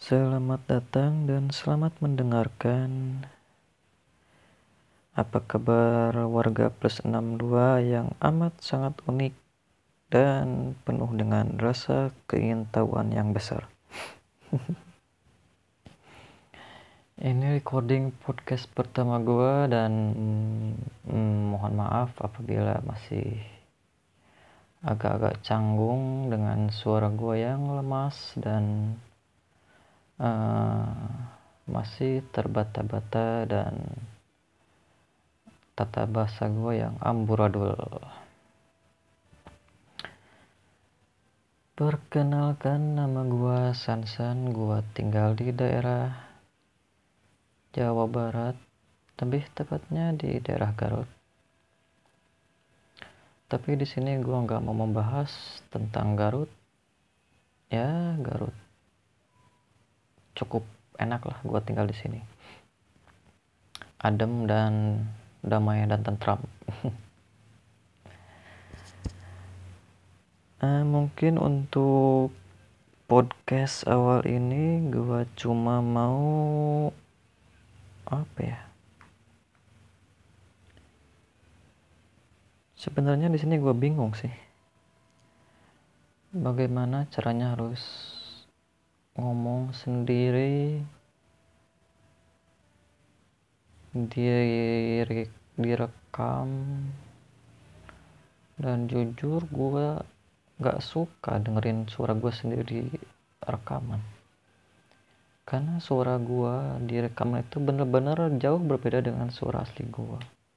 Selamat datang dan selamat mendengarkan. Apa kabar warga plus 62 yang amat sangat unik dan penuh dengan rasa keingintahuan yang besar. Ini recording podcast pertama gue dan mohon maaf apabila masih agak-agak canggung dengan suara gue yang lemas dan masih terbata-bata dan tata bahasa gue yang amburadul. Perkenalkan, nama gue Sansan. Gue tinggal di daerah Jawa Barat, lebih tepatnya di daerah Garut. Tapi di sini gue nggak mau membahas tentang Garut. Ya, Garut cukup enak lah gue tinggal di sini. Adem dan damai dan tentram. Mungkin untuk podcast awal ini gue cuma mau sebenarnya di sini gue bingung sih. Bagaimana caranya harus ngomong sendiri, direkam, dan jujur gue gak suka dengerin suara gue sendiri di rekaman, karena suara gue di rekaman itu bener-bener jauh berbeda dengan suara asli gue.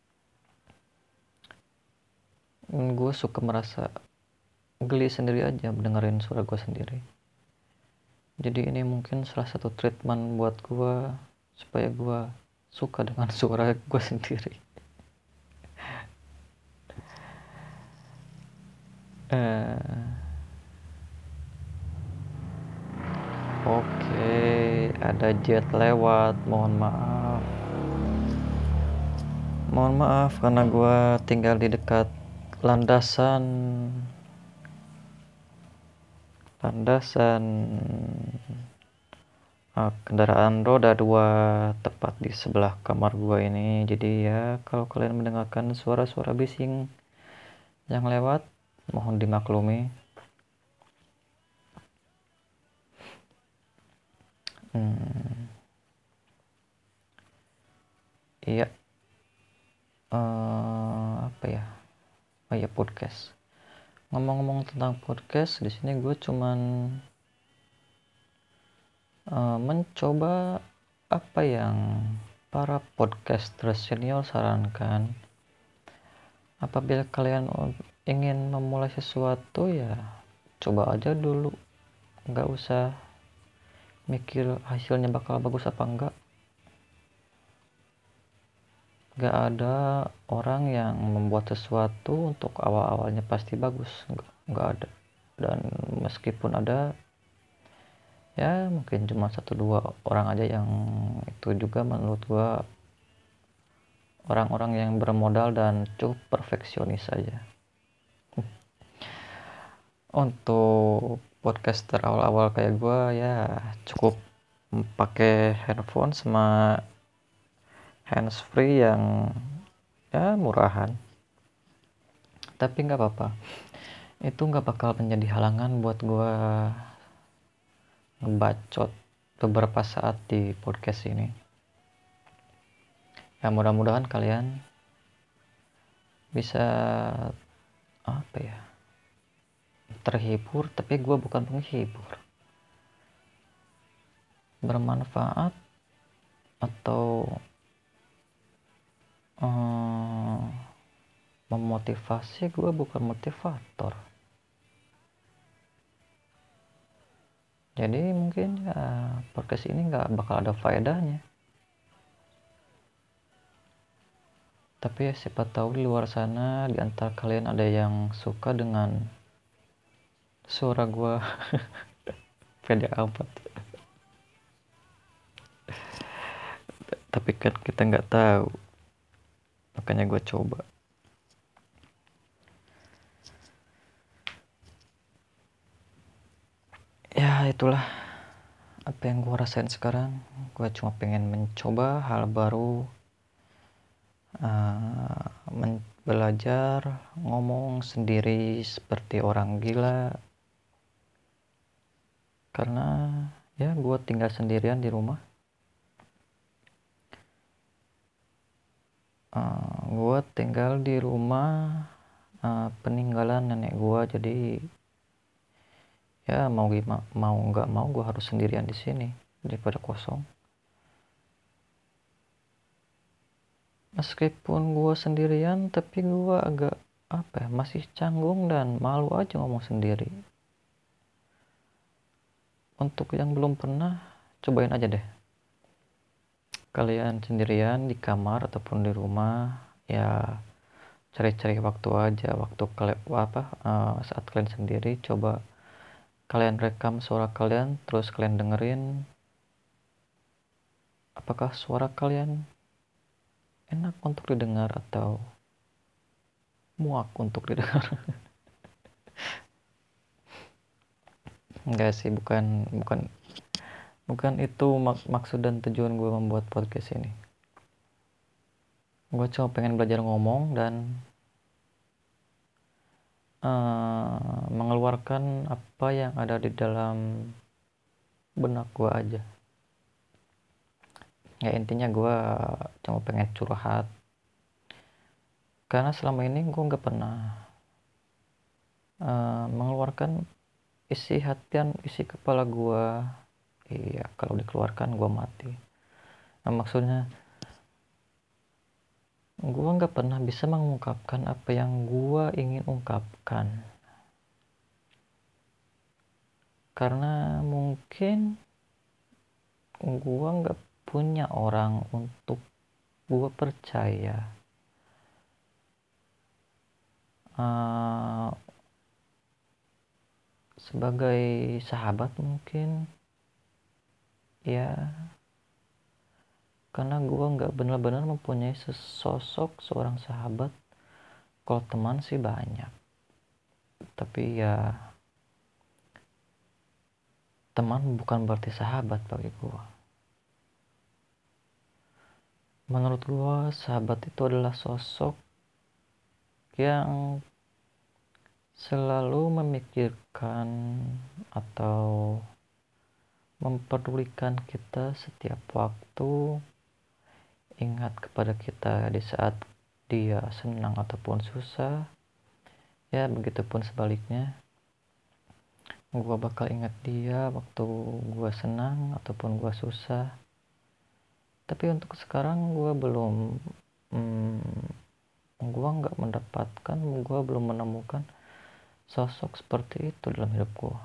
Gue suka merasa geli sendiri aja dengerin suara gue sendiri. Jadi ini mungkin salah satu treatment buat gue supaya gue suka dengan suara gue sendiri. Oke, ada jet lewat, mohon maaf karena gue tinggal di dekat landasan kendaraan roda 2 tepat di sebelah kamar gue ini. Jadi ya, kalau kalian mendengarkan suara-suara bising yang lewat, mohon dimaklumi. Iya. Podcast. Ngomong-ngomong tentang podcast, di sini gue cuman mencoba apa yang para podcaster senior sarankan. Apabila kalian ingin memulai sesuatu, ya coba aja dulu, nggak usah mikir hasilnya bakal bagus apa enggak. Nggak ada orang yang membuat sesuatu untuk awal-awalnya pasti bagus, nggak ada. Dan meskipun ada, ya mungkin cuma 1-2 orang aja yang itu juga menurut gua orang-orang yang bermodal dan cukup perfeksionis aja. Untuk podcaster awal-awal kayak gua ya cukup pakai handphone sama handsfree yang ya murahan. Tapi nggak apa-apa, itu nggak bakal menjadi halangan buat gua ngebacot beberapa saat di podcast ini. Ya mudah-mudahan kalian bisa terhibur, tapi gue bukan penghibur, bermanfaat atau memotivasi. Gue bukan motivator. Jadi mungkin ya podcast ini gak bakal ada faedahnya. Tapi ya siapa tahu di luar sana di antara kalian ada yang suka dengan suara gue. Pede amat. Tapi kan kita nggak tahu, makanya gue coba. Ya itulah Apa yang gue rasain sekarang, gue cuma pengen mencoba hal baru, belajar ngomong sendiri seperti orang gila, karena ya gue tinggal sendirian di rumah. Gue tinggal di rumah peninggalan nenek gue, jadi ya mau nggak mau gue harus sendirian di sini daripada kosong. Meskipun gue sendirian, tapi gue agak masih canggung dan malu aja ngomong sendiri. Untuk yang belum pernah, cobain aja deh. Kalian sendirian di kamar ataupun di rumah, ya cari-cari waktu aja, saat kalian sendiri, coba kalian rekam suara kalian, terus kalian dengerin apakah suara kalian enak untuk didengar atau muak untuk didengar. Enggak sih, bukan itu maksud dan tujuan gue membuat podcast ini. Gue cuma pengen belajar ngomong dan mengeluarkan apa yang ada di dalam benak gue aja. Ya intinya gue cuma pengen curhat, karena selama ini gue nggak pernah mengeluarkan isi hatian, isi kepala gue. Iya, kalau dikeluarkan gue mati. Maksudnya gue nggak pernah bisa mengungkapkan apa yang gue ingin ungkapkan, karena mungkin gue nggak punya orang untuk gue percaya. Sebagai sahabat mungkin ya, karena gue nggak benar-benar mempunyai sosok seorang sahabat. Kalau teman sih banyak, tapi ya teman bukan berarti sahabat bagi gue. Menurut gue sahabat itu adalah sosok yang selalu memikirkan atau memperdulikan kita setiap waktu, ingat kepada kita di saat dia senang ataupun susah. Ya begitupun sebaliknya, gue bakal ingat dia waktu gue senang ataupun gue susah. Tapi untuk sekarang gue belum menemukan sosok seperti itu dalam hidup gue.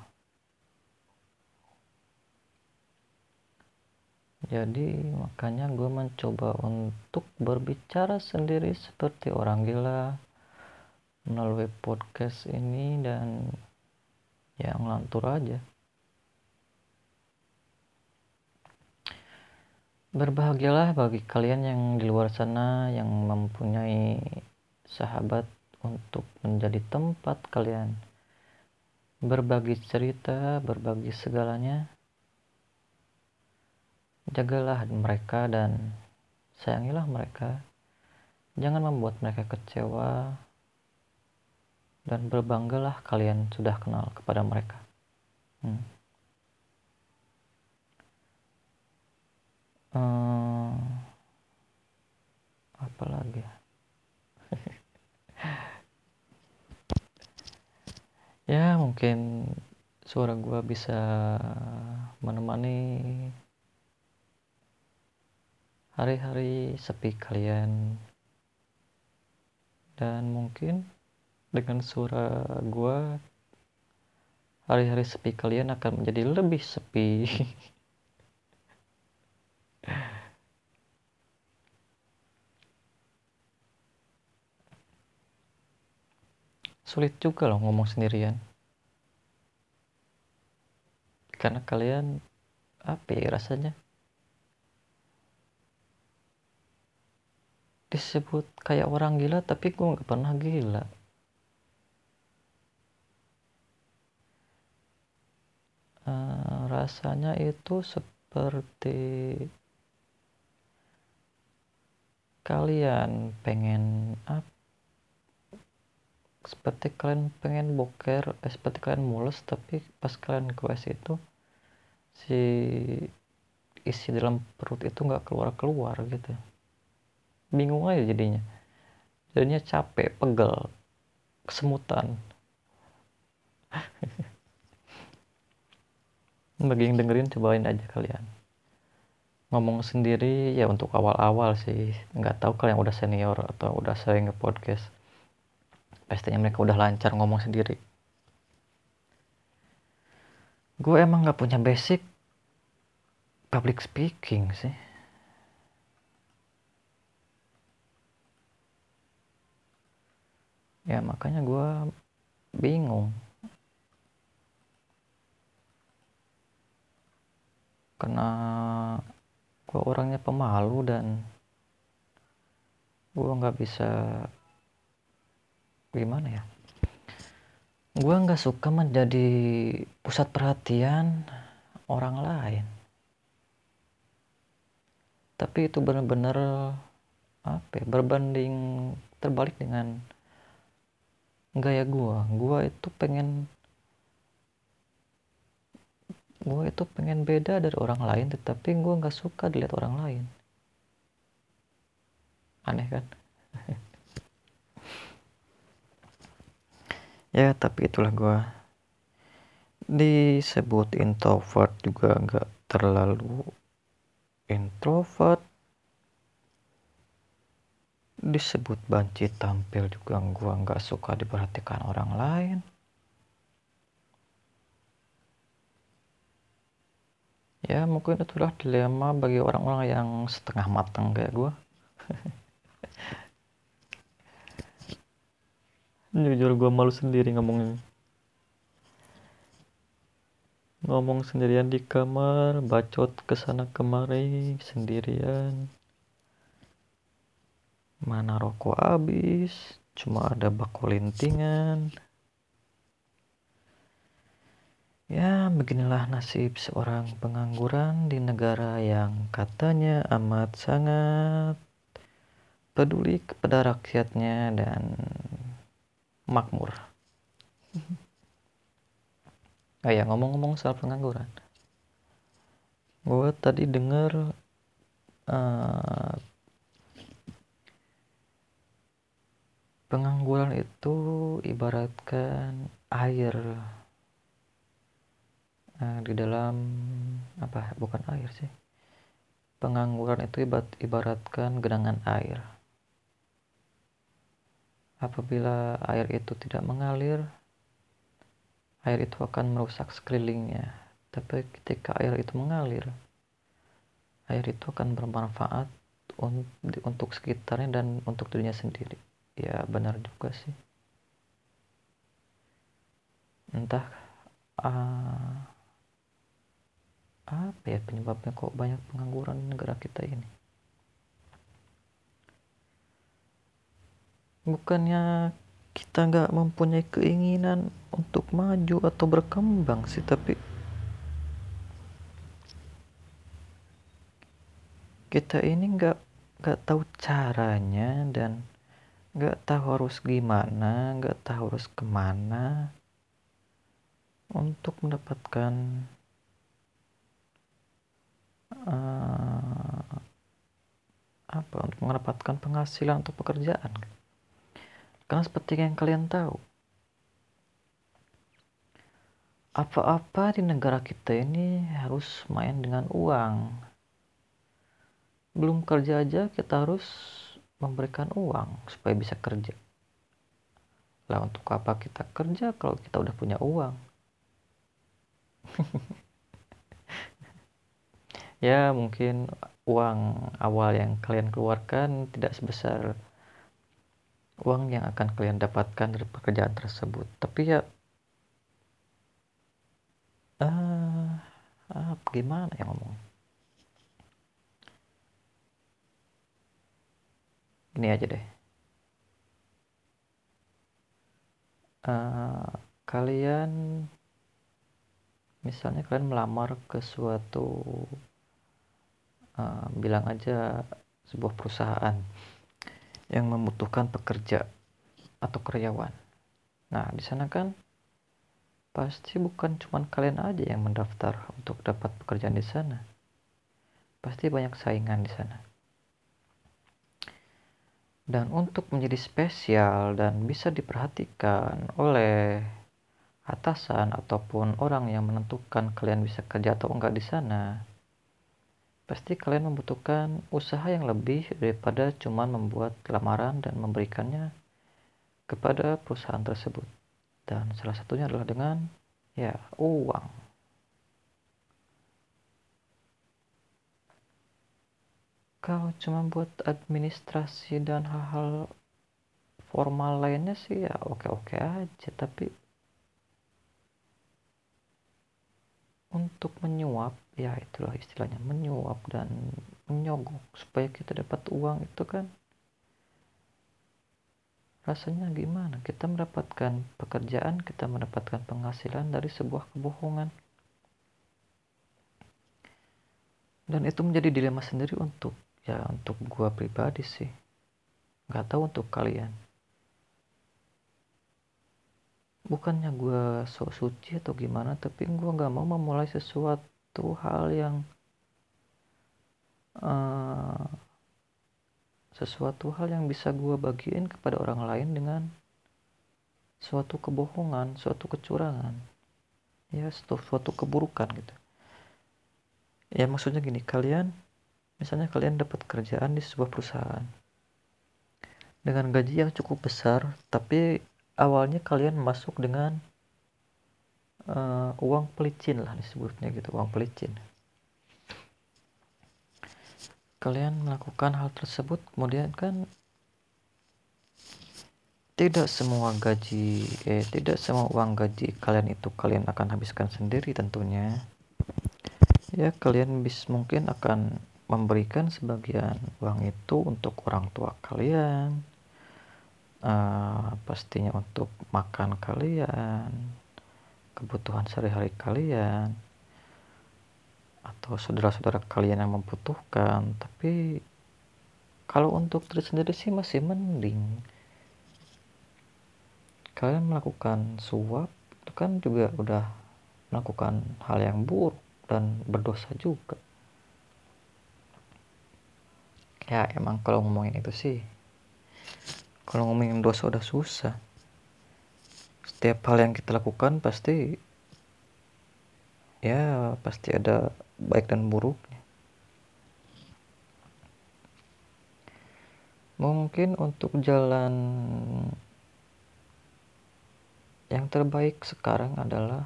Jadi makanya gue mencoba untuk berbicara sendiri seperti orang gila melalui podcast ini, dan ya ngelantur aja. Berbahagialah bagi kalian yang di luar sana yang mempunyai sahabat untuk menjadi tempat kalian berbagi cerita, berbagi segalanya. Jagalah mereka dan sayangilah mereka. Jangan membuat mereka kecewa, dan berbanggalah kalian sudah kenal kepada mereka. Apa lagi? Ya mungkin suara gue bisa menemani hari-hari sepi kalian, dan mungkin dengan suara gue hari-hari sepi kalian akan menjadi lebih sepi. Sulit juga loh ngomong sendirian, karena kalian rasanya disebut kayak orang gila, tapi gue nggak pernah gila. Rasanya itu seperti kalian pengen seperti kalian pengen boker, seperti kalian mules, tapi pas kalian ke WC itu si isi dalam perut itu nggak keluar gitu. Bingung aja jadinya capek, pegel, kesemutan. Bagi yang dengerin, cobain aja kalian ngomong sendiri ya untuk awal-awal sih. Nggak tahu kalian udah senior atau udah sering nge-podcast, pastinya mereka udah lancar ngomong sendiri. Gue emang nggak punya basic public speaking sih. Ya makanya gue bingung, karena gue orangnya pemalu dan gue nggak bisa, gimana ya, gue nggak suka menjadi pusat perhatian orang lain. Tapi itu benar-benar berbanding terbalik dengan gaya gue itu pengen beda dari orang lain, tetapi gue nggak suka dilihat orang lain. Aneh kan? Ya tapi itulah gue. Disebut introvert juga nggak terlalu introvert, disebut banci tampil juga gue nggak suka diperhatikan orang lain. Ya mungkin itulah dilema bagi orang-orang yang setengah matang kayak gue. Jujur gue malu sendiri ngomong sendirian di kamar, bacot kesana kemari sendirian. Mana rokok habis, cuma ada bak lintingan. Ya beginilah nasib seorang pengangguran di negara yang katanya amat sangat peduli kepada rakyatnya dan makmur. Oh ya, ngomong-ngomong soal pengangguran, gue tadi dengar pengangguran itu ibaratkan air di dalam bukan air sih. Pengangguran itu ibaratkan genangan air. Apabila air itu tidak mengalir, air itu akan merusak sekelilingnya. Tapi ketika air itu mengalir, air itu akan bermanfaat untuk sekitarnya dan untuk dirinya sendiri. Ya benar juga sih. Entah apa ya penyebabnya kok banyak pengangguran di negara kita ini. Bukannya kita nggak mempunyai keinginan untuk maju atau berkembang sih, tapi kita ini nggak tahu caranya dan nggak tahu harus gimana, nggak tahu harus kemana untuk mendapatkan untuk mendapatkan penghasilan untuk pekerjaan. Karena seperti yang kalian tahu, apa-apa di negara kita ini harus main dengan uang. Belum kerja aja kita harus memberikan uang supaya bisa kerja. Lah untuk apa kita kerja kalau kita udah punya uang? Ya mungkin uang awal yang kalian keluarkan tidak sebesar uang yang akan kalian dapatkan dari pekerjaan tersebut. Tapi ya gimana ya ngomong? Ini aja deh. Kalian misalnya kalian melamar ke suatu bilang aja sebuah perusahaan yang membutuhkan pekerja atau karyawan. Nah, di sana kan pasti bukan cuma kalian aja yang mendaftar untuk dapat pekerjaan di sana. Pasti banyak saingan di sana. Dan untuk menjadi spesial dan bisa diperhatikan oleh atasan ataupun orang yang menentukan kalian bisa kerja atau enggak di sana, pasti kalian membutuhkan usaha yang lebih daripada cuma membuat lamaran dan memberikannya kepada perusahaan tersebut. Dan salah satunya adalah dengan ya uang. Kalau cuma buat administrasi dan hal-hal formal lainnya sih ya oke-oke aja, tapi untuk menyuap, ya itulah istilahnya, menyuap dan menyogok supaya kita dapat uang itu kan rasanya gimana? Kita mendapatkan pekerjaan, kita mendapatkan penghasilan dari sebuah kebohongan. Dan itu menjadi dilema sendiri untuk gua pribadi sih. Nggak tahu untuk kalian. Bukannya gua sok suci atau gimana, tapi gua nggak mau memulai sesuatu hal yang bisa gua bagiin kepada orang lain dengan suatu kebohongan, suatu kecurangan, ya suatu keburukan gitu. Ya maksudnya gini, misalnya kalian dapat kerjaan di sebuah perusahaan dengan gaji yang cukup besar, tapi awalnya kalian masuk dengan uang pelicin lah disebutnya gitu, uang pelicin. Kalian melakukan hal tersebut, kemudian kan tidak semua uang gaji kalian itu kalian akan habiskan sendiri tentunya. Ya kalian mungkin akan memberikan sebagian uang itu untuk orang tua kalian, pastinya untuk makan kalian, kebutuhan sehari-hari kalian, atau saudara-saudara kalian yang membutuhkan. Tapi kalau untuk diri sendiri sih masih mending. Kalian melakukan suap itu kan juga udah melakukan hal yang buruk dan berdosa juga. Ya emang kalau ngomongin itu sih, kalau ngomongin dosa udah susah. Setiap hal yang kita lakukan pasti ada baik dan buruknya. Mungkin untuk jalan yang terbaik sekarang adalah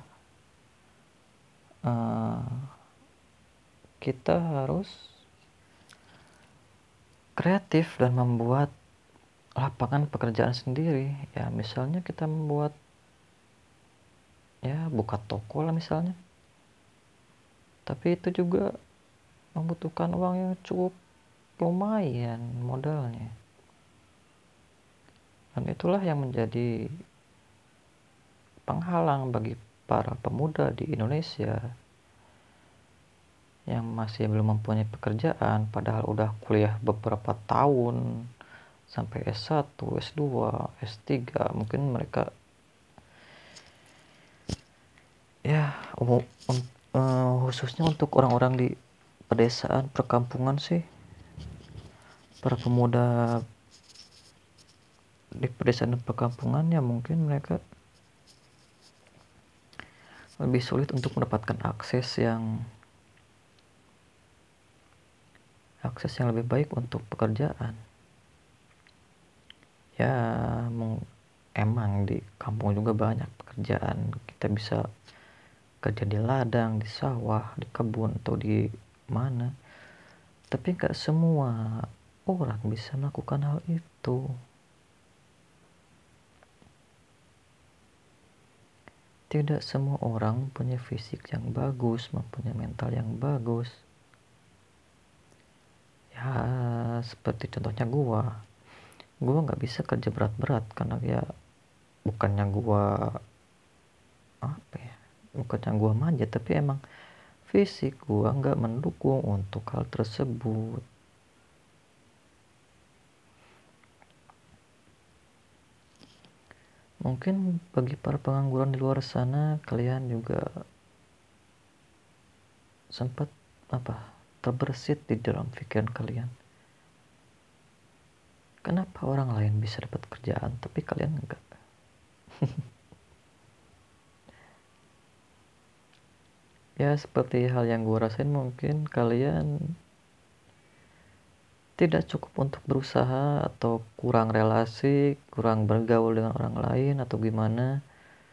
kita harus kreatif dan membuat lapangan pekerjaan sendiri. Ya misalnya kita membuat buka toko lah misalnya, tapi itu juga membutuhkan uang yang cukup lumayan modalnya. Dan itulah yang menjadi penghalang bagi para pemuda di Indonesia yang masih belum mempunyai pekerjaan, padahal udah kuliah beberapa tahun sampai S1, S2, S3. Mungkin mereka khususnya untuk orang-orang di pedesaan, perkampungan sih, para pemuda di pedesaan dan perkampungan, ya mungkin mereka lebih sulit untuk mendapatkan akses yang lebih baik untuk pekerjaan. Ya emang di kampung juga banyak pekerjaan, kita bisa kerja di ladang, di sawah, di kebun, atau di mana. Tapi gak semua orang bisa melakukan hal itu. Tidak semua orang punya fisik yang bagus, mempunyai mental yang bagus. Ya seperti contohnya gua gak bisa kerja berat-berat karena bukannya gua bukannya gua manja, tapi emang fisik gua nggak mendukung untuk hal tersebut. Mungkin bagi para pengangguran di luar sana, kalian juga sempat terbersit di dalam pikiran kalian. Kenapa orang lain bisa dapat kerjaan tapi kalian enggak? Ya seperti hal yang gue rasain, mungkin kalian tidak cukup untuk berusaha atau kurang relasi, kurang bergaul dengan orang lain atau gimana.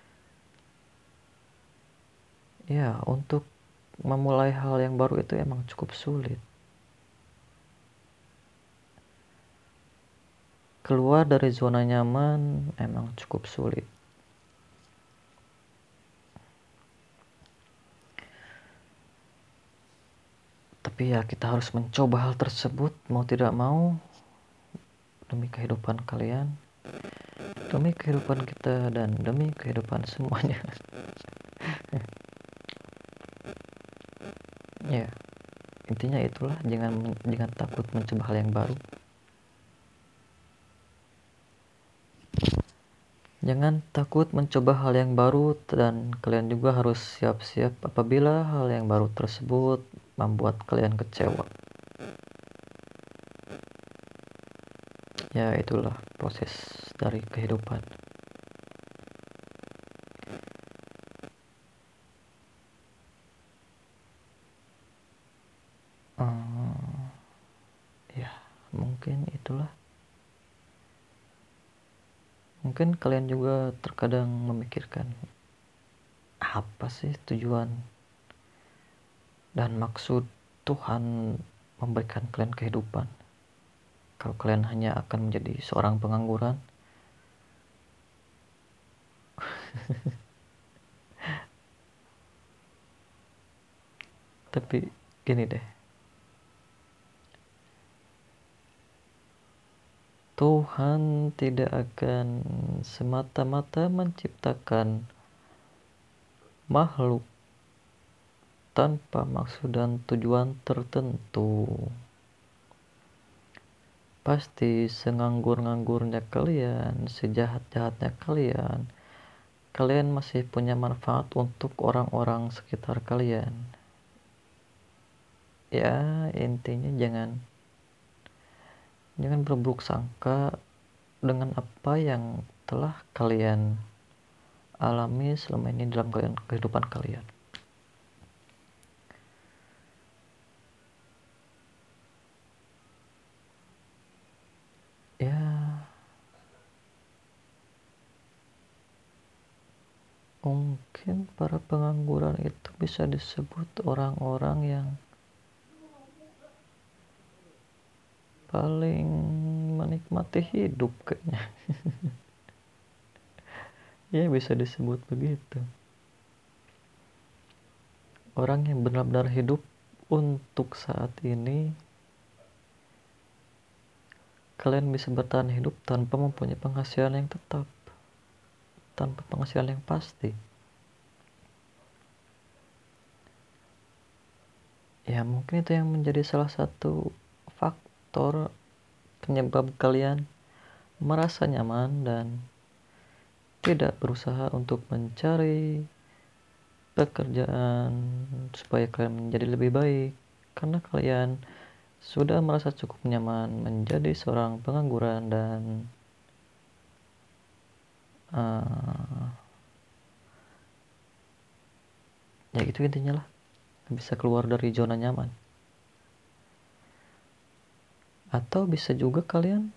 Ya untuk memulai hal yang baru itu emang cukup sulit. Keluar dari zona nyaman emang cukup sulit. Tapi ya kita harus mencoba hal tersebut mau tidak mau, demi kehidupan kalian, demi kehidupan kita, dan demi kehidupan semuanya. Ya intinya itulah, jangan takut mencoba hal yang baru. Jangan takut mencoba hal yang baru, dan kalian juga harus siap-siap apabila hal yang baru tersebut membuat kalian kecewa. Ya itulah proses dari kehidupan. Ya mungkin itulah. Mungkin kalian juga terkadang memikirkan, apa sih tujuan dan maksud Tuhan memberikan kalian kehidupan kalau kalian hanya akan menjadi seorang pengangguran? Tapi gini deh, Tuhan tidak akan semata-mata menciptakan makhluk tanpa maksud dan tujuan tertentu. Pasti senganggur-nganggurnya kalian, sejahat-jahatnya kalian, kalian masih punya manfaat untuk orang-orang sekitar kalian. Ya intinya jangan berburuk sangka dengan apa yang telah kalian alami selama ini dalam kehidupan kalian. Ya mungkin para pengangguran itu bisa disebut orang-orang yang paling menikmati hidup kayaknya. Ya bisa disebut begitu. Orang yang benar-benar hidup untuk saat ini. Kalian bisa bertahan hidup tanpa mempunyai penghasilan yang tetap, tanpa penghasilan yang pasti. Ya mungkin itu yang menjadi salah satu faktor penyebab kalian merasa nyaman dan tidak berusaha untuk mencari pekerjaan supaya kalian menjadi lebih baik, karena kalian sudah merasa cukup nyaman menjadi seorang pengangguran dan ya itu intinya lah, bisa keluar dari zona nyaman. Atau bisa juga kalian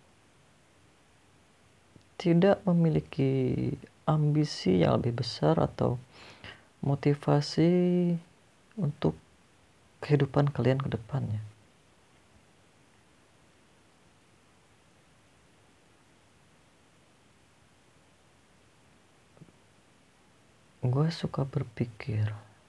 tidak memiliki ambisi yang lebih besar atau motivasi untuk kehidupan kalian ke depannya. Gue suka berpikir,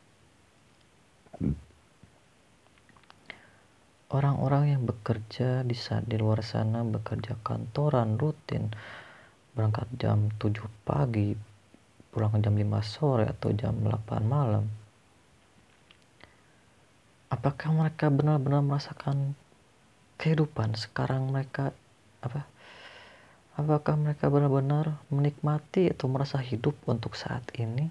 orang-orang yang bekerja di luar sana, bekerja kantoran rutin, berangkat jam 7 pagi, pulang jam 5 sore atau jam 8 malam, apakah mereka benar-benar merasakan kehidupan sekarang mereka apa? Apakah mereka benar-benar menikmati atau merasa hidup untuk saat ini?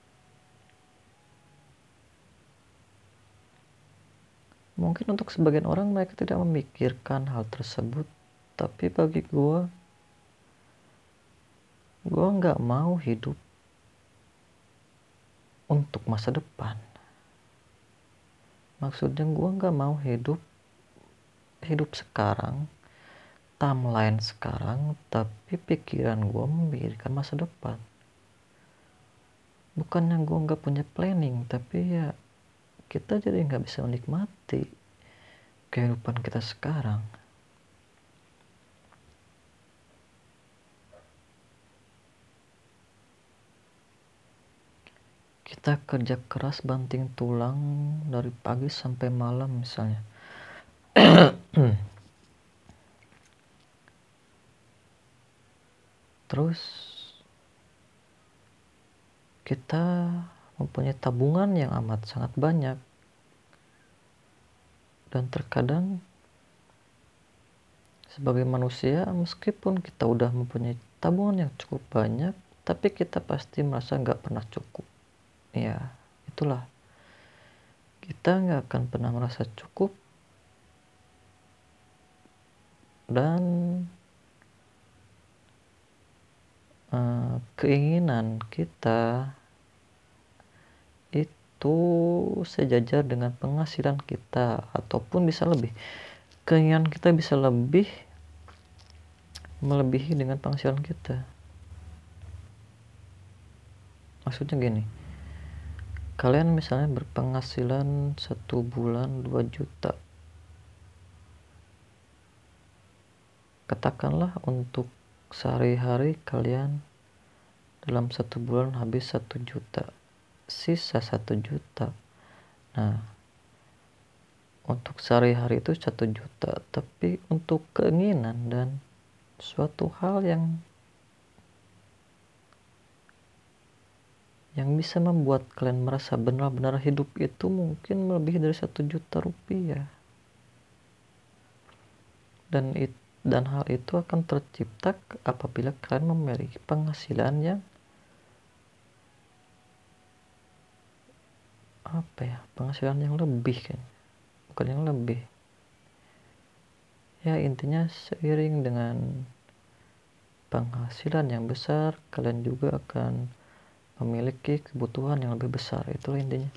Mungkin untuk sebagian orang mereka tidak memikirkan hal tersebut, tapi bagi gue nggak mau hidup untuk masa depan. Maksudnya gue nggak mau hidup sekarang, timeline sekarang, tapi pikiran gue memikirkan masa depan. Bukannya gue nggak punya planning, tapi ya kita jadi nggak bisa menikmati kehidupan kita sekarang. Kita kerja keras banting tulang dari pagi sampai malam misalnya. Terus kita mempunyai tabungan yang amat sangat banyak. Dan terkadang sebagai manusia, meskipun kita udah mempunyai tabungan yang cukup banyak, tapi kita pasti merasa nggak pernah cukup. Ya, itulah. Kita nggak akan pernah merasa cukup. Dan keinginan kita itu sejajar dengan penghasilan kita, ataupun bisa lebih. Keinginan kita bisa lebih melebihi dengan penghasilan kita. Maksudnya gini, kalian misalnya berpenghasilan 1 bulan 2 juta. Katakanlah untuk sehari-hari kalian dalam 1 bulan habis 1 juta, sisa 1 juta. Nah, untuk sehari-hari itu 1 juta, tapi untuk keinginan dan suatu hal yang bisa membuat kalian merasa benar-benar hidup itu mungkin lebih dari 1 juta rupiah. Dan hal itu akan tercipta apabila kalian memiliki penghasilan yang penghasilan yang lebih kan, bukan yang lebih. Ya intinya seiring dengan penghasilan yang besar, kalian juga akan memiliki kebutuhan yang lebih besar. Itulah intinya.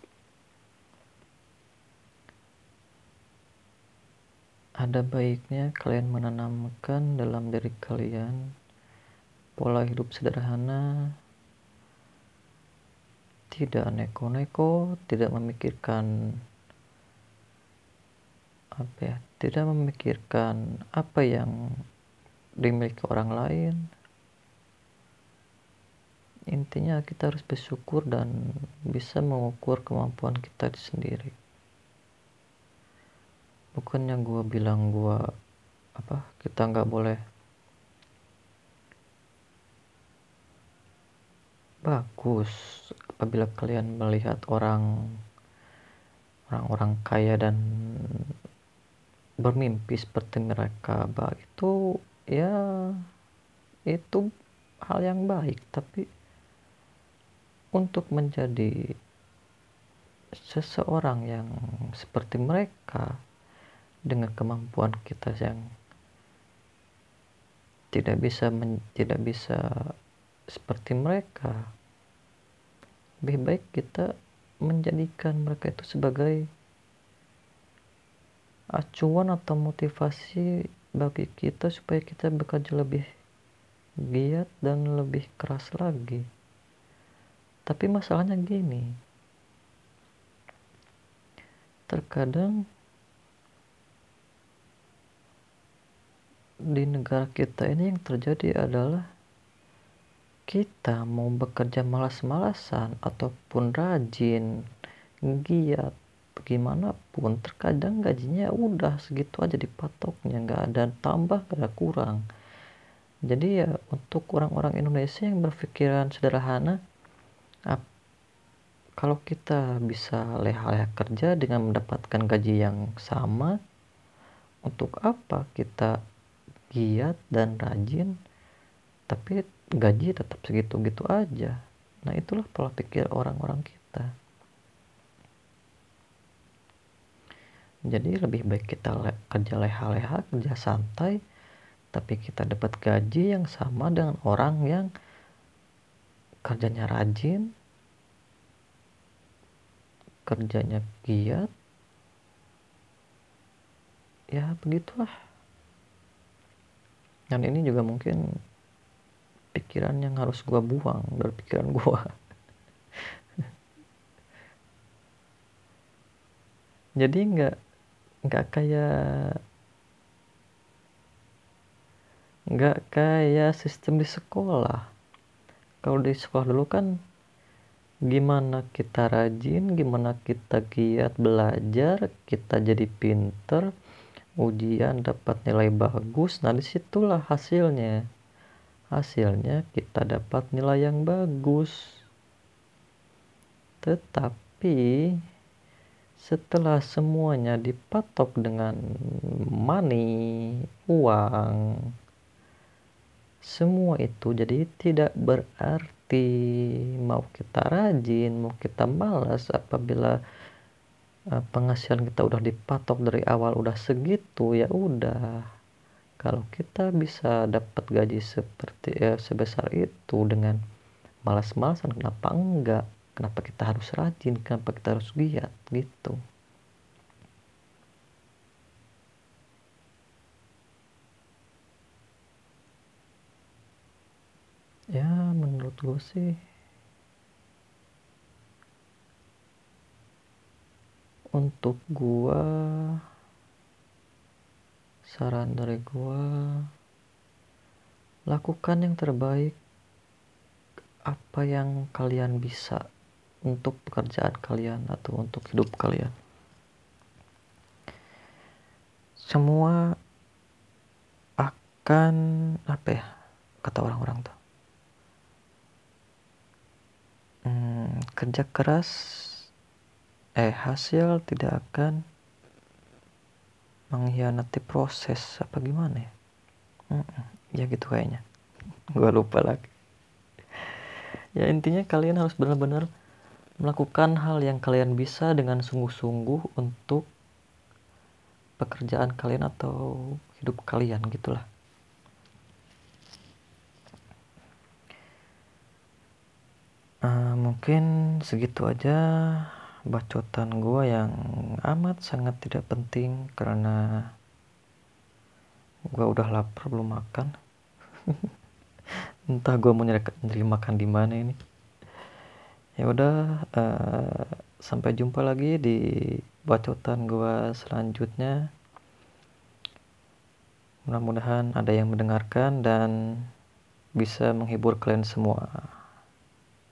Ada baiknya kalian menanamkan dalam diri kalian pola hidup sederhana, tidak neko-neko, tidak memikirkan apa yang dimiliki orang lain. Intinya kita harus bersyukur dan bisa mengukur kemampuan kita sendiri. Bukannya gue bilang kita nggak boleh bagus apabila kalian melihat orang-orang kaya dan bermimpi seperti mereka, itu hal yang baik. Tapi untuk menjadi seseorang yang seperti mereka dengan kemampuan kita yang tidak bisa seperti mereka, lebih baik kita menjadikan mereka itu sebagai acuan atau motivasi bagi kita supaya kita bekerja lebih giat dan lebih keras lagi. Tapi masalahnya gini, terkadang di negara kita ini yang terjadi adalah kita mau bekerja malas-malasan ataupun rajin, giat, bagaimanapun, terkadang gajinya udah segitu aja dipatoknya, nggak ada tambah, nggak ada kurang. Jadi ya untuk orang-orang Indonesia yang berpikiran sederhana, kalau kita bisa leha-leha kerja dengan mendapatkan gaji yang sama, untuk apa kita giat dan rajin tapi gaji tetap segitu-gitu aja? Nah, itulah pola pikir orang-orang kita. Jadi lebih baik kita kerja leha-leha, kerja santai, tapi kita dapat gaji yang sama dengan orang yang kerjanya rajin, kerjanya giat. Ya begitulah. Dan ini juga mungkin pikiran yang harus gua buang dari pikiran gua. Jadi nggak kayak sistem di sekolah. Kalau di sekolah dulu kan gimana kita rajin, gimana kita giat belajar, kita jadi pinter, ujian dapat nilai bagus. Nah, disitulah hasilnya kita dapat nilai yang bagus. Tetapi setelah semuanya dipatok dengan money, uang, semua itu jadi tidak berarti. Mau kita rajin, mau kita malas, apabila penghasilan kita udah dipatok dari awal udah segitu, ya udah. Kalau kita bisa dapat gaji seperti sebesar itu dengan malas-malasan, kenapa enggak? Kenapa kita harus rajin? Kenapa kita harus giat gitu? Ya menurut gue sih untuk gue, saran dari gue, lakukan yang terbaik apa yang kalian bisa untuk pekerjaan kalian atau untuk hidup kalian. Semua akan kata orang-orang tuh, kerja keras, hasil tidak akan mengkhianati proses, apa gimana ya? Ya gitu kayaknya. Gue lupa lagi. Ya intinya kalian harus benar-benar melakukan hal yang kalian bisa dengan sungguh-sungguh untuk pekerjaan kalian atau hidup kalian gitulah. Mungkin segitu aja bacotan gue yang amat sangat tidak penting karena gue udah lapar belum makan. Entah gue mau nyari makan di mana ini. Ya udah, sampai jumpa lagi di bacotan gue selanjutnya. Mudah-mudahan ada yang mendengarkan dan bisa menghibur kalian semua.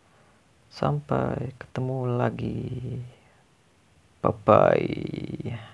Sampai ketemu lagi. Bye-bye.